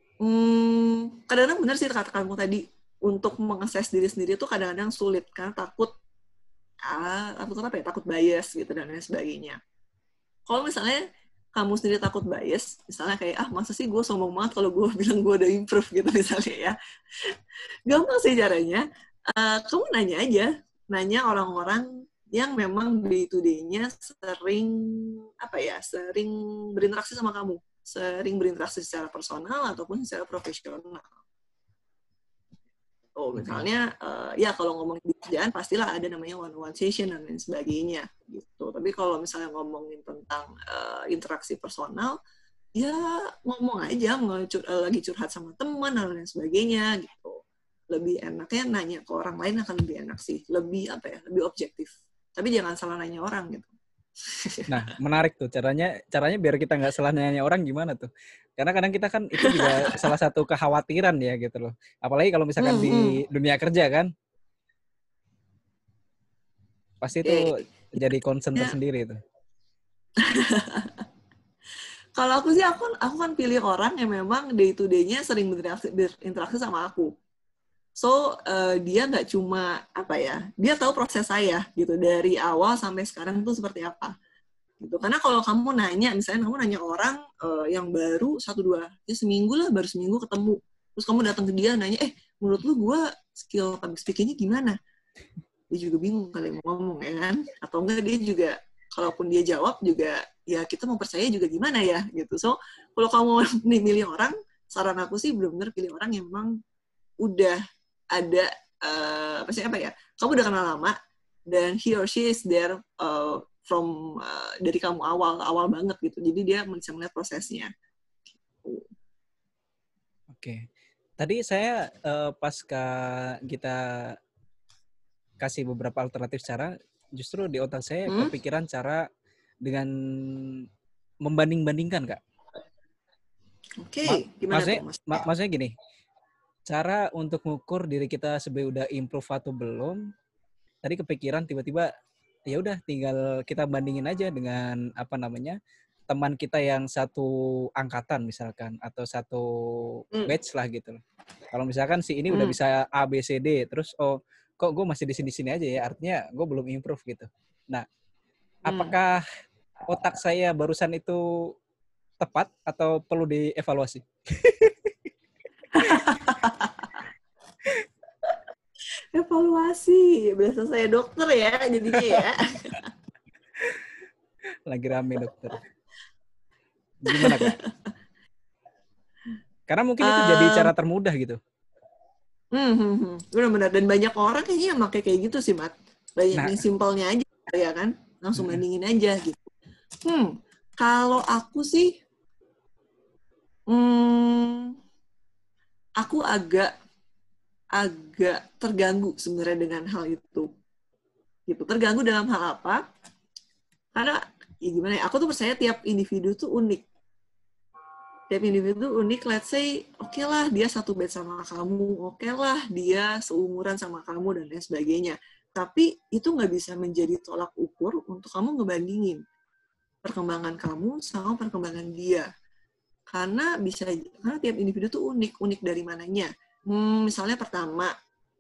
Hmm, kadang-kadang benar sih kata kamu tadi, untuk mengakses diri sendiri itu kadang-kadang sulit karena takut ah, takut apa ya? Takut bias gitu dan lain sebagainya. Kalau misalnya kamu sendiri takut bias, misalnya kayak, ah masa sih gue sombong banget kalau gue bilang gue udah improve gitu misalnya ya. Gampang sih caranya, uh, kamu nanya aja, nanya orang-orang yang memang day to day-nya sering, apa ya, sering berinteraksi sama kamu, sering berinteraksi secara personal ataupun secara profesional. Oh, misalnya, uh, ya kalau ngomongin di kerjaan, pastilah ada namanya one-on-one session dan lain sebagainya, gitu. Tapi kalau misalnya ngomongin tentang uh, interaksi personal, ya ngomong aja, ngecur, uh, lagi curhat sama teman dan lain sebagainya, gitu. Lebih enaknya nanya ke orang lain akan lebih enak sih. Lebih, apa ya, lebih objektif. Tapi jangan salah nanya orang, gitu. Nah, menarik tuh caranya. Caranya biar kita nggak salah nanya orang gimana tuh? Karena kadang kita kan itu juga salah satu kekhawatiran ya gitu loh. Apalagi kalau misalkan hmm, di hmm. dunia kerja kan, pasti itu eh, jadi concern ya. Tersendiri itu. Kalau aku sih, aku aku kan pilih orang yang memang day to day-nya sering berinteraksi, berinteraksi sama aku. So, uh, dia nggak cuma, apa ya, dia tahu proses saya, gitu, dari awal sampai sekarang itu seperti apa. Gitu. Karena kalau kamu nanya, misalnya kamu nanya orang uh, yang baru, satu, dua, ya seminggu lah, baru seminggu ketemu. Terus kamu datang ke dia, nanya, eh, menurut lu gue skill public speaking-nya gimana? Dia juga bingung kali mau ngomong, ya kan? Atau enggak, dia juga, kalaupun dia jawab, juga ya kita mau percaya juga gimana ya gitu. So kalau kamu nih milih orang, saran aku sih benar-benar pilih orang yang memang udah ada uh, apa sih apa ya, kamu udah kenal lama dan he or she is there uh, from uh, dari kamu awal awal banget gitu. Jadi dia bisa melihat prosesnya. Oke. Tadi saya uh, pas kita kasih beberapa alternatif cara, justru di otak saya hmm? kepikiran cara dengan membanding-bandingkan, Kak. Oke, okay. Ma- gimana maksudnya, tuh Mas? Ma- maksudnya gini, cara untuk mengukur diri kita sebenarnya udah improve atau belum, tadi kepikiran tiba-tiba, ya udah tinggal kita bandingin aja dengan apa namanya, teman kita yang satu angkatan misalkan, atau satu hmm. batch lah gitu. Kalau misalkan si ini hmm. udah bisa A, B, C, D, terus oh kok gue masih di sini-sini aja ya, artinya gue belum improve gitu. Nah, hmm. apakah otak saya barusan itu tepat atau perlu dievaluasi? Evaluasi, biasa saya dokter ya jadinya ya. Lagi rame dokter. Gimana Kak? Karena mungkin itu uh, jadi cara termudah gitu. Hmm, hmm, hmm. Benar-benar. Dan banyak orang kayaknya yang pakai kayak gitu sih, Mat. Banyak nah, yang simpelnya aja, ya kan? Langsung bandingin uh, aja gitu. Hmm, kalau aku sih, hmm, aku agak agak terganggu sebenarnya dengan hal itu. Gitu. Terganggu dalam hal apa? Karena ya gimana ya? Aku tuh percaya tiap individu tuh unik. Tiap individu unik, let's say, oke okay lah dia satu batch sama kamu, oke okay lah dia seumuran sama kamu, dan lain sebagainya. Tapi itu nggak bisa menjadi tolak ukur untuk kamu ngebandingin perkembangan kamu sama perkembangan dia. Karena bisa, karena tiap individu tuh unik, unik dari mananya. Hmm, misalnya pertama,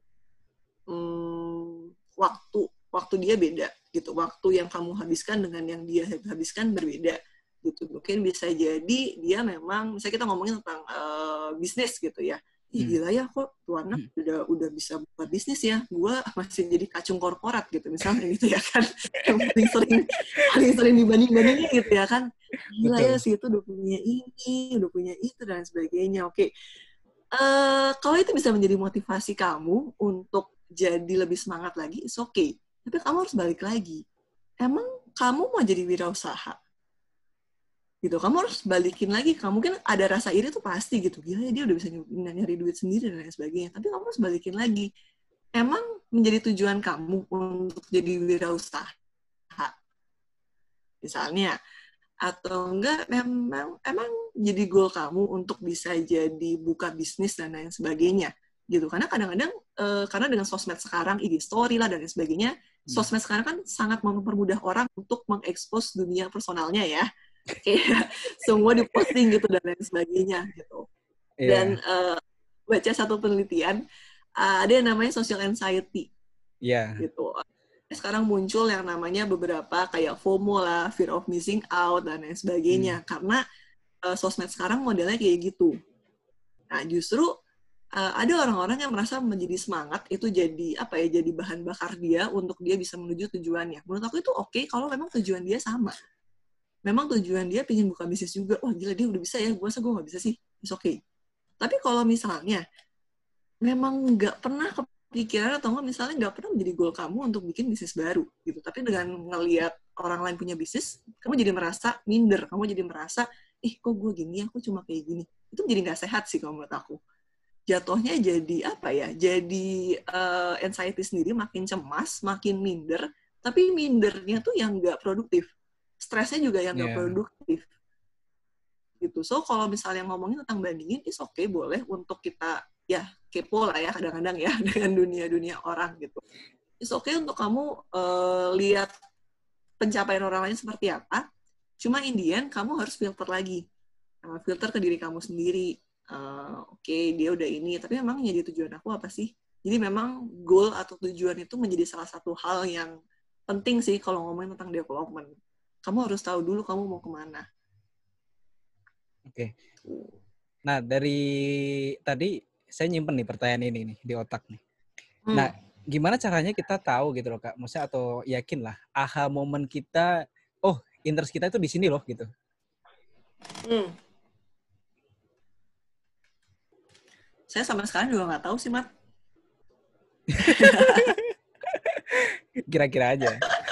hmm, waktu, waktu dia beda, gitu. Waktu yang kamu habiskan dengan yang dia habiskan berbeda. Gitu. Mungkin bisa jadi dia memang, misalnya kita ngomongin tentang uh, bisnis gitu ya, ih hmm. gila ya kok tuh anak hmm. udah udah bisa buka bisnis ya, gue masih jadi kacung korporat gitu misalnya gitu ya kan, yang paling sering paling sering dibanding-bandingin gitu ya kan, gila Betul. ya sih itu udah punya ini, udah punya itu dan sebagainya. Oke, okay. uh, kalau itu bisa menjadi motivasi kamu untuk jadi lebih semangat lagi, it's okay. Tapi kamu harus balik lagi, emang kamu mau jadi wirausaha? Gitu, kamu harus balikin lagi. Kamu mungkin ada rasa iri tuh pasti gitu, gila ya dia udah bisa nyari duit sendiri dan lain sebagainya, tapi kamu harus balikin lagi, emang menjadi tujuan kamu untuk jadi wirausaha misalnya, atau enggak memang emang jadi goal kamu untuk bisa jadi buka bisnis dan lain sebagainya gitu. Karena kadang-kadang e, karena dengan sosmed sekarang, I G story lah dan lain sebagainya, sosmed sekarang kan sangat mempermudah orang untuk mengekspos dunia personalnya ya. Kayak semua diposting gitu dan lain sebagainya gitu. Yeah. Dan uh, baca satu penelitian, uh, ada yang namanya social anxiety. Yeah. Gitu. Sekarang muncul yang namanya beberapa kayak FOMO lah, fear of missing out dan lain sebagainya. Hmm. Karena uh, sosmed sekarang modelnya kayak gitu. Nah, justru uh, ada orang-orang yang merasa menjadi semangat itu jadi apa ya, jadi bahan bakar dia untuk dia bisa menuju tujuannya. Menurut aku itu oke okay kalau memang tujuan dia sama. Memang tujuan dia pengen buka bisnis juga, wah gila dia udah bisa ya, gue masa gue gak bisa sih, it's okay. Tapi kalau misalnya memang gak pernah kepikiran atau nggak misalnya gak pernah menjadi goal kamu untuk bikin bisnis baru gitu, tapi dengan ngelihat orang lain punya bisnis, kamu jadi merasa minder, kamu jadi merasa, ih kok gue gini, aku cuma kayak gini, itu jadi gak sehat sih kalau menurut aku. Jatuhnya jadi apa ya, jadi uh, anxiety sendiri, makin cemas, makin minder, tapi mindernya tuh yang gak produktif. Stresnya juga yang nggak yeah. produktif gitu. So kalau misalnya ngomongin tentang bandingin, is oke okay, boleh untuk kita ya kepo lah ya kadang-kadang ya dengan dunia-dunia orang gitu. Is oke okay untuk kamu uh, lihat pencapaian orang lain seperti apa. Cuma in the end kamu harus filter lagi, uh, filter ke diri kamu sendiri. Uh, oke okay, dia udah ini, tapi memang jadi tujuan aku apa sih? Jadi memang goal atau tujuan itu menjadi salah satu hal yang penting sih kalau ngomongin tentang development. Kamu harus tahu dulu kamu mau kemana. Oke. Nah, dari tadi saya nyimpen nih pertanyaan ini nih di otak nih. Hmm. Nah, gimana caranya kita tahu gitu loh Kak? Maksudnya atau yakin lah aha moment kita, oh interest kita itu di sini loh gitu. Hmm. Saya sama sekali juga nggak tahu sih, Mat. Kira-kira aja.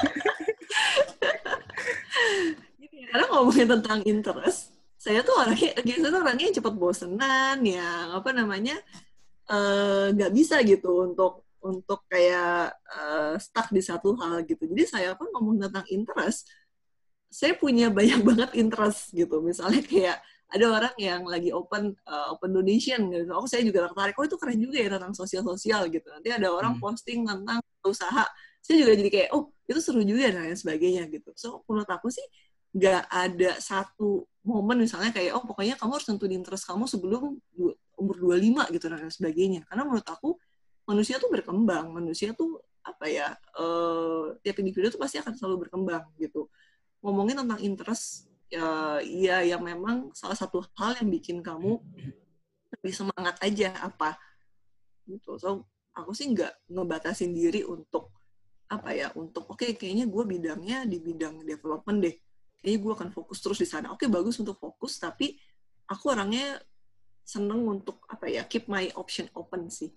Karena ngomongin tentang interest, saya tuh orangnya, saya tuh orangnya yang cepat bosenan, yang apa namanya, nggak uh, bisa gitu untuk untuk kayak uh, stuck di satu hal gitu. Jadi saya pun ngomong tentang interest, saya punya banyak banget interest gitu. Misalnya kayak ada orang yang lagi open uh, open donation gitu. Oh, saya juga tertarik. Oh, itu keren juga ya tentang sosial-sosial gitu. Nanti ada orang hmm. posting tentang usaha. Saya juga jadi kayak, oh, itu seru juga dan lain sebagainya gitu. So, menurut aku sih nggak ada satu momen misalnya kayak, oh, pokoknya kamu harus tentuin interest kamu sebelum umur dua puluh lima gitu dan lain sebagainya. Karena menurut aku manusia tuh berkembang. Manusia tuh apa ya, uh, tiap individu tuh pasti akan selalu berkembang gitu. Ngomongin tentang interest, ya, ya yang memang salah satu hal yang bikin kamu lebih semangat aja apa gitu. So aku sih nggak ngebatasin diri untuk apa ya, untuk oke okay, kayaknya gue bidangnya di bidang development deh, kayaknya gue akan fokus terus di sana. Oke okay, bagus untuk fokus, tapi aku orangnya seneng untuk apa ya, keep my option open sih.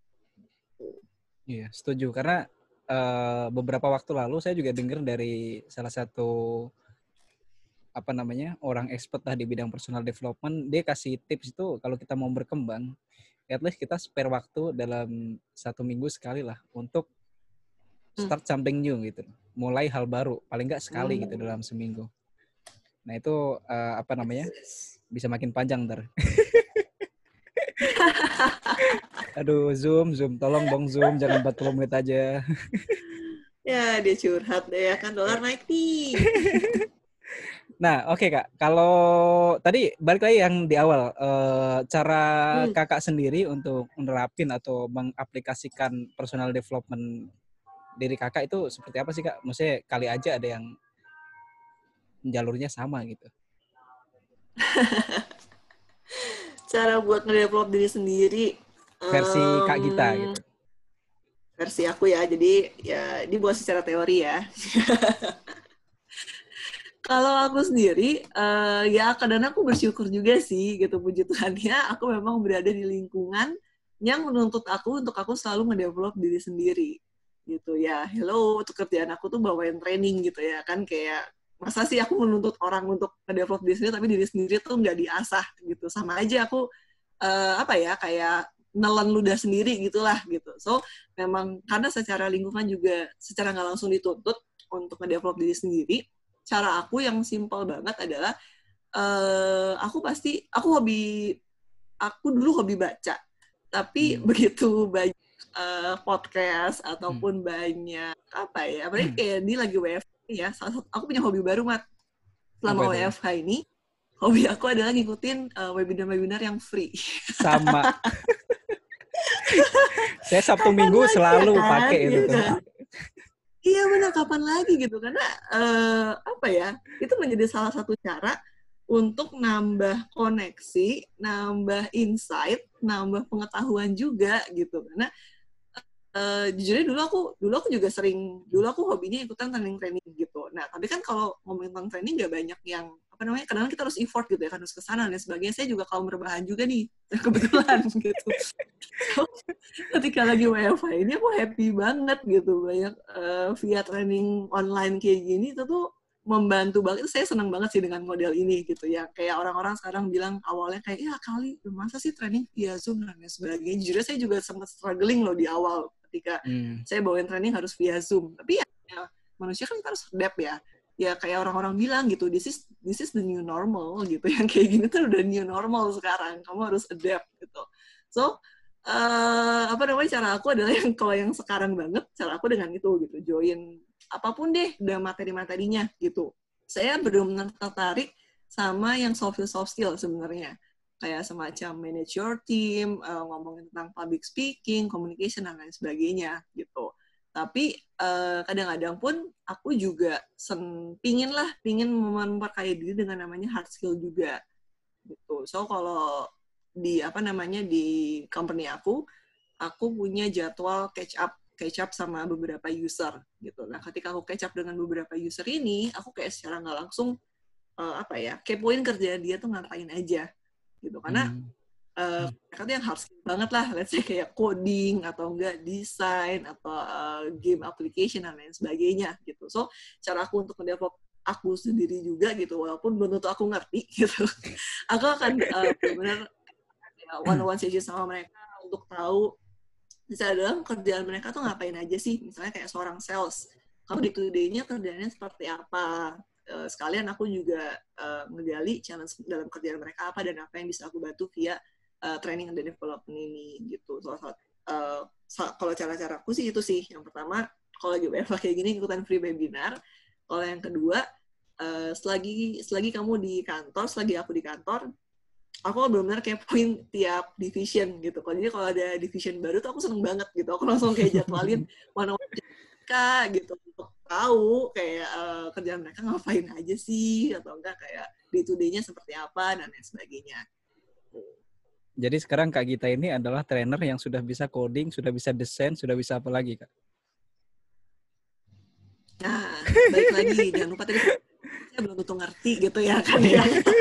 Iya, setuju. Karena uh, beberapa waktu lalu saya juga dengar dari salah satu apa namanya orang expert lah di bidang personal development, dia kasih tips itu kalau kita mau berkembang, at least kita spare waktu dalam satu minggu sekali lah untuk start hmm. something new gitu, mulai hal baru paling nggak sekali hmm. gitu dalam seminggu. Nah itu uh, apa namanya bisa makin panjang ntar. Aduh Zoom Zoom tolong dong Zoom jangan empat puluh menit aja. Ya dia curhat deh ya kan, dolar naik nih. Nah, oke okay, Kak. Kalau tadi balik lagi yang di awal, uh, cara hmm. Kakak sendiri untuk menerapin atau mengaplikasikan personal development diri Kakak itu seperti apa sih Kak? Maksudnya kali aja ada yang jalurnya sama gitu. Cara buat nge-develop diri sendiri. Versi um, Kak Gita gitu. Versi aku ya, jadi ya dibuat secara teori ya. Kalau aku sendiri, uh, ya kadang aku bersyukur juga sih, gitu, puji Tuhannya, aku memang berada di lingkungan yang menuntut aku untuk aku selalu nge-develop diri sendiri, gitu ya. Hello, untuk kerjaan aku tuh bawain training gitu ya, kan kayak, masa sih aku menuntut orang untuk nge-develop diri sendiri, tapi diri sendiri tuh nggak diasah, gitu. Sama aja aku, uh, apa ya, kayak nelan ludah sendiri gitulah, gitu. So, memang karena secara lingkungan juga secara nggak langsung dituntut untuk nge-develop diri sendiri, cara aku yang simpel banget adalah uh, aku pasti aku hobi aku dulu hobi baca, tapi hmm. begitu banyak uh, podcast ataupun hmm. banyak apa ya, apalagi kayak ini lagi W F H ya, aku punya hobi baru Mat selama W F H ini. Hobi aku adalah ngikutin uh, webinar-webinar yang free. Sama. Saya Sabtu kapan Minggu selalu kan? Pakai itu tuh. Kan? Iya benar, kapan lagi gitu, karena uh, apa ya, itu menjadi salah satu cara untuk nambah koneksi, nambah insight, nambah pengetahuan juga gitu. Karena uh, jujurnya dulu aku dulu aku juga sering, dulu aku hobinya ikutan training-training gitu. Nah tapi kan kalau ngomongin tentang training nggak banyak yang apa namanya, kadang kita harus effort gitu ya, kan harus kesana dan sebagainya. Saya juga kaum berbahan juga nih kebetulan gitu. So, ketika lagi W F H ini aku happy banget gitu, banyak uh, via training online kayak gini itu tuh membantu banget. Saya senang banget sih dengan model ini gitu ya. Kayak orang-orang sekarang bilang awalnya kayak ya kali masa sih training via Zoom dan sebagainya. Jujur saya juga sempat struggling loh di awal ketika hmm. saya bawain training harus via Zoom. Tapi ya, ya manusia kan kita harus adapt ya. Ya kayak orang-orang bilang gitu, this is this is the new normal gitu. Yang kayak gini tuh udah new normal sekarang. Kamu harus adapt gitu. So Uh, apa namanya, cara aku adalah yang kalau yang sekarang banget, cara aku dengan itu gitu, join apapun deh udah materi-materinya gitu. Saya benar-benar tertarik sama yang soft skill soft skill sebenarnya, kayak semacam manage your team, uh, ngomongin tentang public speaking, communication dan lain sebagainya gitu. Tapi uh, kadang-kadang pun aku juga sen, pingin lah, pingin memperkaya diri dengan namanya hard skill juga gitu. So kalau di apa namanya di company aku, aku punya jadwal catch up catch up sama beberapa user gitu. Nah, ketika aku catch up dengan beberapa user ini, aku kayak secara nggak langsung uh, apa ya, kepoin kerjaan dia tuh ngapain aja gitu. Karena hmm. uh, mereka tuh yang harus banget lah, let's say kayak coding atau enggak desain atau uh, game application dan lain sebagainya gitu. So, cara aku untuk mendevelop aku sendiri juga gitu, walaupun belum tentu aku ngerti gitu. Aku akan uh, benar-benar ya, one-on-one session sama mereka untuk tahu misalnya dalam kerjaan mereka tuh ngapain aja sih. Misalnya kayak seorang sales, kamu day-to-day-nya kerjaannya seperti apa. Uh, sekalian aku juga uh, ngegali challenge dalam kerjaan mereka apa dan apa yang bisa aku bantu via uh, training dan development ini gitu. So, uh, kalau cara-cara aku sih itu sih. Yang pertama, kalau lagi W F H kayak gini ikutan free webinar. Kalau yang kedua, uh, selagi selagi kamu di kantor, selagi aku di kantor, aku benar-benar kepoin tiap division gitu. Jadi kalau ada division baru tuh aku seneng banget gitu. Aku langsung kayak jadwalin mana mereka gitu untuk tahu kayak uh, kerjaan mereka ngapain aja sih atau enggak kayak day-to-day-nya seperti apa dan lain sebagainya. Jadi sekarang Kak Gita ini adalah trainer yang sudah bisa coding, sudah bisa desain, sudah bisa apa lagi, Kak? Nah, balik lagi, jangan lupa tadi saya belum tentu ngerti gitu ya kan ya.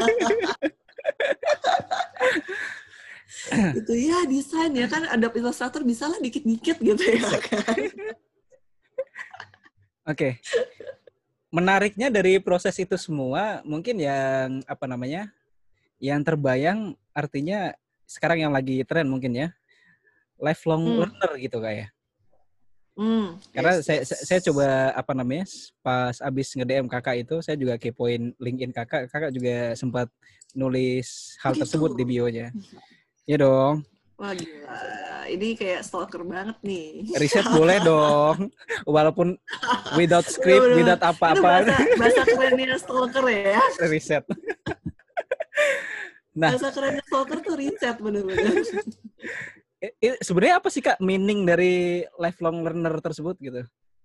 Gitu ya, desain ya kan, Adobe Illustrator bisa lah dikit-dikit gitu ya kan. Oke. Okay. Menariknya dari proses itu semua, mungkin yang apa namanya, yang terbayang artinya sekarang yang lagi tren mungkin ya, lifelong hmm. learner gitu kayak. Hmm, Karena yes, saya, yes. saya coba apa namanya pas abis nge-D M kakak itu saya juga kepoin LinkedIn kakak, kakak juga sempat nulis hal gitu. Tersebut di bio-nya. Iya dong. Wah gila, ini kayak stalker banget nih. Riset boleh dong, walaupun without script, udah, without apa-apa. Itu bahasa, bahasa kerennya stalker ya. Riset. Nah, bahasa kerennya stalker tuh riset bener-bener. Sebenarnya apa sih Kak meaning dari lifelong learner tersebut gitu?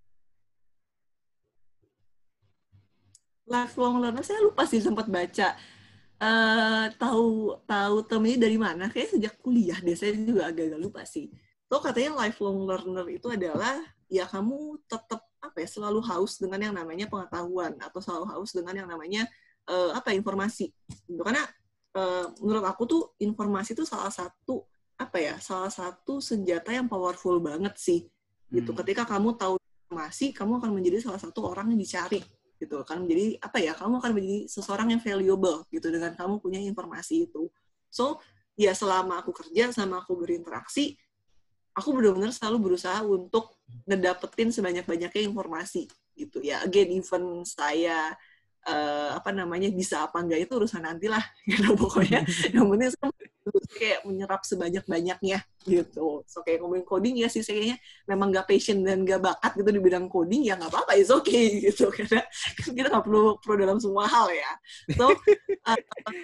Lifelong learner saya lupa sih sempat baca. Uh, tahu tahu term ini dari mana? Kayak sejak kuliah deh, saya juga agak-agak lupa sih. So katanya lifelong learner itu adalah ya kamu tetap apa ya selalu haus dengan yang namanya pengetahuan atau selalu haus dengan yang namanya uh, apa informasi. Gitu. Karena uh, menurut aku tuh informasi itu salah satu apa ya salah satu senjata yang powerful banget sih gitu. Hmm. Ketika kamu tahu informasi, kamu akan menjadi salah satu orang yang dicari gitu. Akan menjadi apa ya kamu akan menjadi seseorang yang valuable gitu dengan kamu punya informasi itu. So ya selama aku kerja sama aku berinteraksi, aku benar-benar selalu berusaha untuk ngedapetin sebanyak-banyaknya informasi gitu ya. Again, even saya uh, apa namanya bisa apa enggak itu urusan nanti lah gitu pokoknya. Yang penting saya kayak menyerap sebanyak-banyaknya gitu. So kayak ngomongin coding ya sih saya kayaknya memang nggak passion dan nggak bakat gitu di bidang coding ya nggak apa-apa, it's okay gitu karena kita nggak perlu pro dalam semua hal ya. So uh,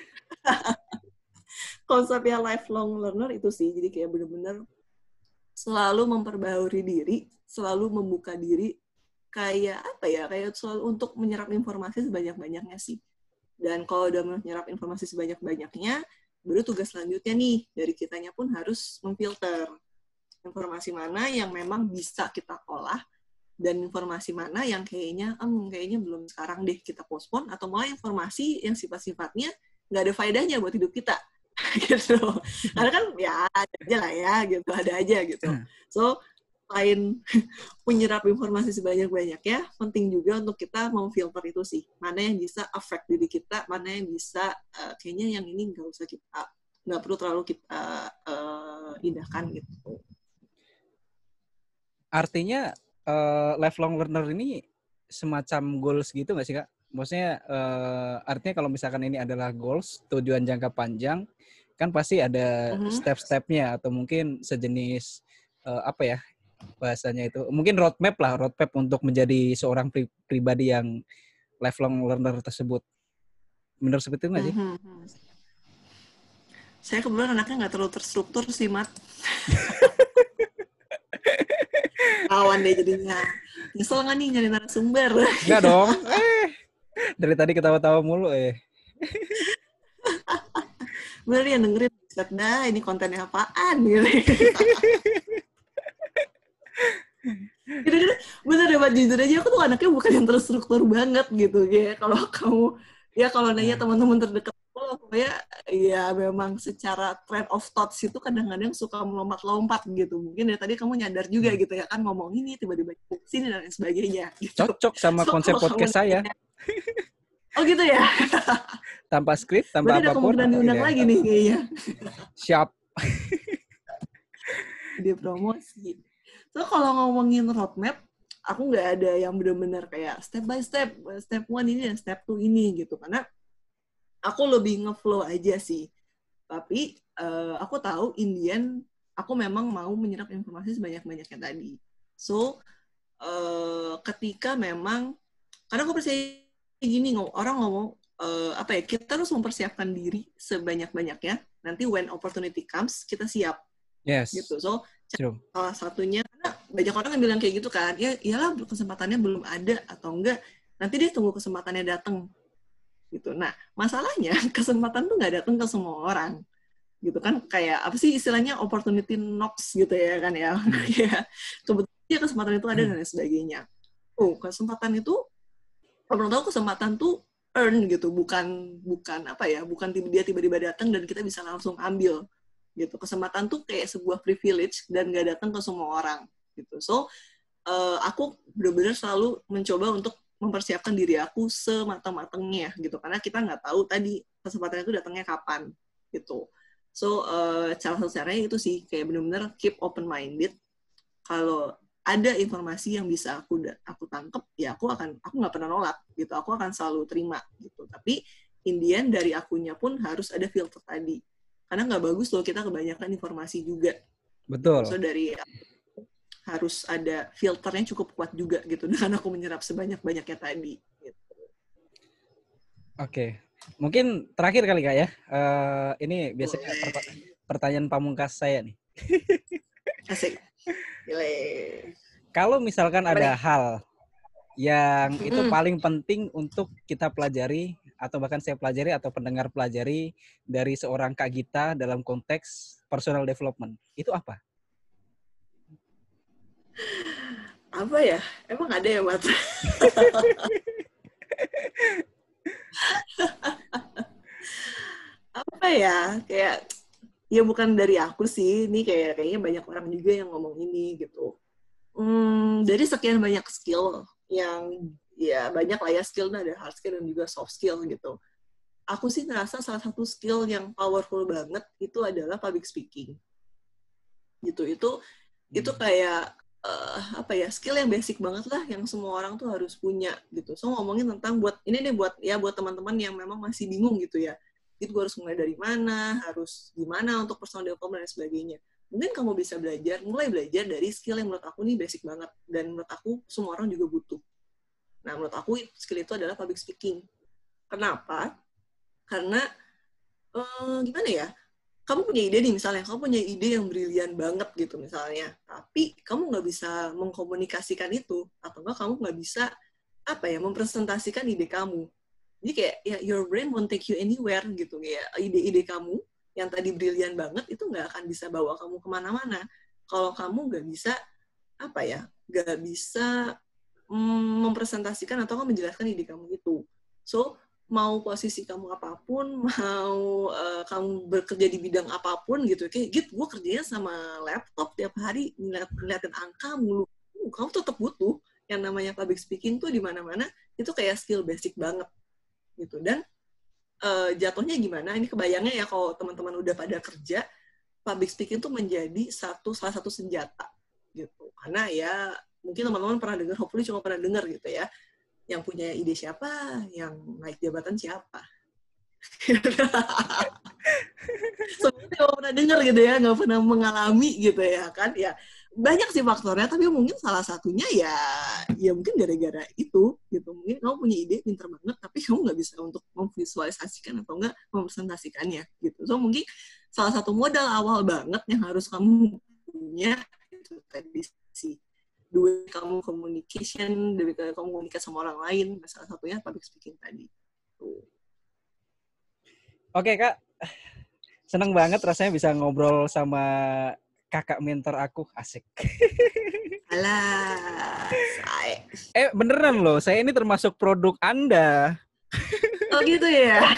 konsepnya lifelong learner itu sih jadi kayak benar-benar selalu memperbaharui diri, selalu membuka diri kayak apa ya kayak selalu untuk menyerap informasi sebanyak-banyaknya sih. Dan kalau udah menyerap informasi sebanyak-banyaknya, baru tugas selanjutnya nih dari kitanya pun harus memfilter informasi mana yang memang bisa kita olah dan informasi mana yang kayaknya em kayaknya belum sekarang deh kita postpone atau malah informasi yang sifat-sifatnya nggak ada faedahnya buat hidup kita gitu. Karena kan ya ada aja lah ya gitu ada aja gitu. So selain menyerap informasi sebanyak-banyaknya, penting juga untuk kita memfilter itu sih. Mana yang bisa affect diri kita, mana yang bisa, uh, kayaknya yang ini nggak usah kita, nggak perlu terlalu kita uh, indahkan gitu. Artinya, uh, lifelong learner ini semacam goals gitu nggak sih, Kak? Maksudnya, uh, artinya kalau misalkan ini adalah goals, tujuan jangka panjang, kan pasti ada uh-huh. step-stepnya, atau mungkin sejenis, uh, apa ya, bahasanya itu mungkin roadmap lah roadmap untuk menjadi seorang pri- pribadi yang lifelong learner tersebut. Benar seperti itu nggak sih? Mm-hmm. Saya kebetulan anaknya nggak terlalu terstruktur sih, Mat. Awan deh jadinya. Nyesel nggak nih nyari narasumber? Nggak dong. Eh, dari tadi ketawa-tawa mulu eh. Bener yang dengerin, dah ini kontennya apaan gitu. Bener deh, Pak, jujur aja aku tuh anaknya bukan yang terstruktur banget gitu. Kayak kalau kamu, ya kalau nanya Nah, teman-teman terdekat aku, ya, ya memang secara train of thoughts itu kadang-kadang suka melompat-lompat gitu. Mungkin dari tadi kamu nyadar juga hmm. gitu ya kan, ngomong ini tiba-tiba ke sini dan lain sebagainya gitu. Cocok sama So konsep kalau kamu podcast saya. nanya, oh gitu ya? Tanpa skrip, tanpa Berarti ada apapun. kemungkinan diundang Gitu ya. lagi nih kayaknya. Siap. Ide promosi. So kalau ngomongin roadmap, aku nggak ada yang benar-benar kayak step by step, step one ini dan step two ini gitu. Karena aku lebih ngeflow aja sih. Tapi uh, aku tahu Indian, aku memang mau menyerap informasi sebanyak-banyaknya tadi. So uh, ketika memang, karena aku percaya gini, orang ngomong uh, apa ya, kita harus mempersiapkan diri sebanyak-banyaknya. Nanti when opportunity comes, kita siap. Yes. Gitu. So True. salah satunya, karena banyak orang yang bilang kayak gitu kan, ya iyalah kesempatannya belum ada atau enggak, nanti dia tunggu kesempatannya datang gitu. Nah masalahnya kesempatan tuh nggak datang ke semua orang gitu kan, kayak apa sih istilahnya, opportunity knocks gitu ya kan ya. Hmm. Ya kebetulan kesempatan itu ada dan lain sebagainya. Oh kesempatan itu, kalau tahu kesempatan tuh earn gitu, bukan bukan apa ya, bukan dia tiba-tiba datang dan kita bisa langsung ambil gitu. Kesempatan tuh kayak sebuah privilege dan gak datang ke semua orang gitu. So uh, aku benar-benar selalu mencoba untuk mempersiapkan diri aku sematang-matangnya gitu, karena kita nggak tahu tadi kesempatan itu datangnya kapan gitu. So uh, salah satu caranya itu sih kayak benar-benar keep open minded. Kalau ada informasi yang bisa aku aku tangkep, ya aku akan aku nggak pernah nolak gitu, aku akan selalu terima gitu. Tapi Indian dari akunya pun harus ada filter tadi, karena nggak bagus loh kita kebanyakan informasi juga. Betul. So dari harus ada filternya cukup kuat juga gitu dengan aku menyerap sebanyak-banyaknya tadi. Gitu. Oke, mungkin terakhir kali Kak ya. Uh, ini biasanya pert- pertanyaan pamungkas saya nih. Asik. Gile. Kalau misalkan Apa ada nih? hal yang hmm. itu paling penting untuk kita pelajari, atau bahkan saya pelajari atau pendengar pelajari dari seorang Kak Gita dalam konteks personal development, itu apa? Apa ya? Emang ada ya, Mat? Apa ya? Kayak, ya bukan dari aku sih. Ini kayak kayaknya banyak orang juga yang ngomong ini gitu. Hmm, dari sekian banyak skill yang ya banyak lah ya, skill, ada hard skill dan juga soft skill gitu. Aku sih ngerasa salah satu skill yang powerful banget itu adalah public speaking. Gitu. Itu hmm. itu kayak uh, apa ya, skill yang basic banget lah yang semua orang tuh harus punya gitu. So ngomongin tentang buat ini nih buat ya buat teman-teman yang memang masih bingung gitu ya. Itu gue harus mulai dari mana, harus gimana untuk personal development dan sebagainya. Mungkin kamu bisa belajar, mulai belajar dari skill yang menurut aku nih basic banget dan menurut aku semua orang juga butuh. Nah, menurut aku skill itu adalah public speaking. Kenapa? Karena eh, gimana ya? Kamu punya ide nih misalnya, kamu punya ide yang brilian banget gitu misalnya, tapi kamu nggak bisa mengkomunikasikan itu, atau enggak kamu nggak bisa apa ya mempresentasikan ide kamu. Jadi kayak ya your brain won't take you anywhere gitu, ya ide-ide kamu yang tadi brilian banget itu nggak akan bisa bawa kamu kemana-mana kalau kamu nggak bisa apa ya, nggak bisa mm, mempresentasikan atau menjelaskan ide kamu itu. So mau posisi kamu apapun, mau uh, kamu bekerja di bidang apapun gitu, kayak gitu, gue kerjanya sama laptop tiap hari ngeliat, ngeliatin angka mulu, uh, kamu tetap butuh yang namanya public speaking tuh di mana-mana, itu kayak skill basic banget gitu. Dan uh, jatuhnya gimana? Ini kebayangnya ya kalau teman-teman udah pada kerja, public speaking tuh menjadi satu salah satu senjata gitu. Karena ya mungkin teman-teman pernah dengar, hopefully cuma pernah dengar gitu ya. Yang punya ide siapa, yang naik jabatan siapa. Sebenarnya nggak pernah dengar gitu ya, nggak pernah mengalami gitu ya kan. Ya banyak sih faktornya, tapi mungkin salah satunya ya, ya mungkin gara-gara itu gitu. Mungkin kamu punya ide pinter banget, tapi kamu nggak bisa untuk memvisualisasikan atau nggak mempresentasikannya gitu. So mungkin salah satu modal awal banget yang harus kamu punya itu tadi sih. Dua, kamu communication, dari kamu komunikasi sama orang lain, salah satunya public speaking tadi. Tuh. Oke Kak, seneng banget rasanya bisa ngobrol sama kakak mentor aku, asik. Alah, saya. Eh beneran loh, saya ini termasuk produk Anda. Oh gitu ya.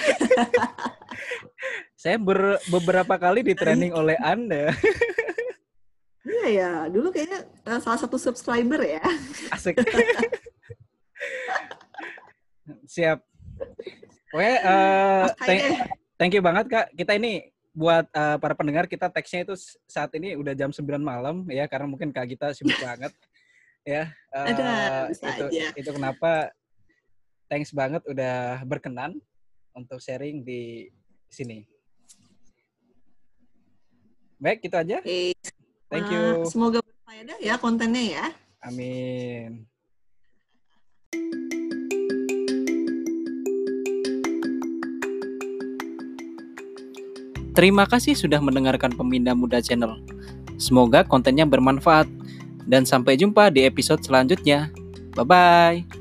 Saya ber, beberapa kali di training oleh Anda. Iya ya, dulu kayaknya uh, salah satu subscriber ya. Asik. Siap. Oke, uh, thank, thank you banget Kak. Kita ini buat uh, para pendengar, kita teksnya itu saat ini udah jam sembilan malam ya, karena mungkin Kak Gita sibuk banget. Ya, uh, Ada, bisa itu, aja. itu kenapa thanks banget udah berkenan untuk sharing di sini. Baik, gitu aja. Oke. Thank you. Semoga berfaedah ya kontennya ya. Amin. Terima kasih sudah mendengarkan Pemindah Muda Channel. Semoga kontennya bermanfaat. Dan sampai jumpa di episode selanjutnya. Bye-bye.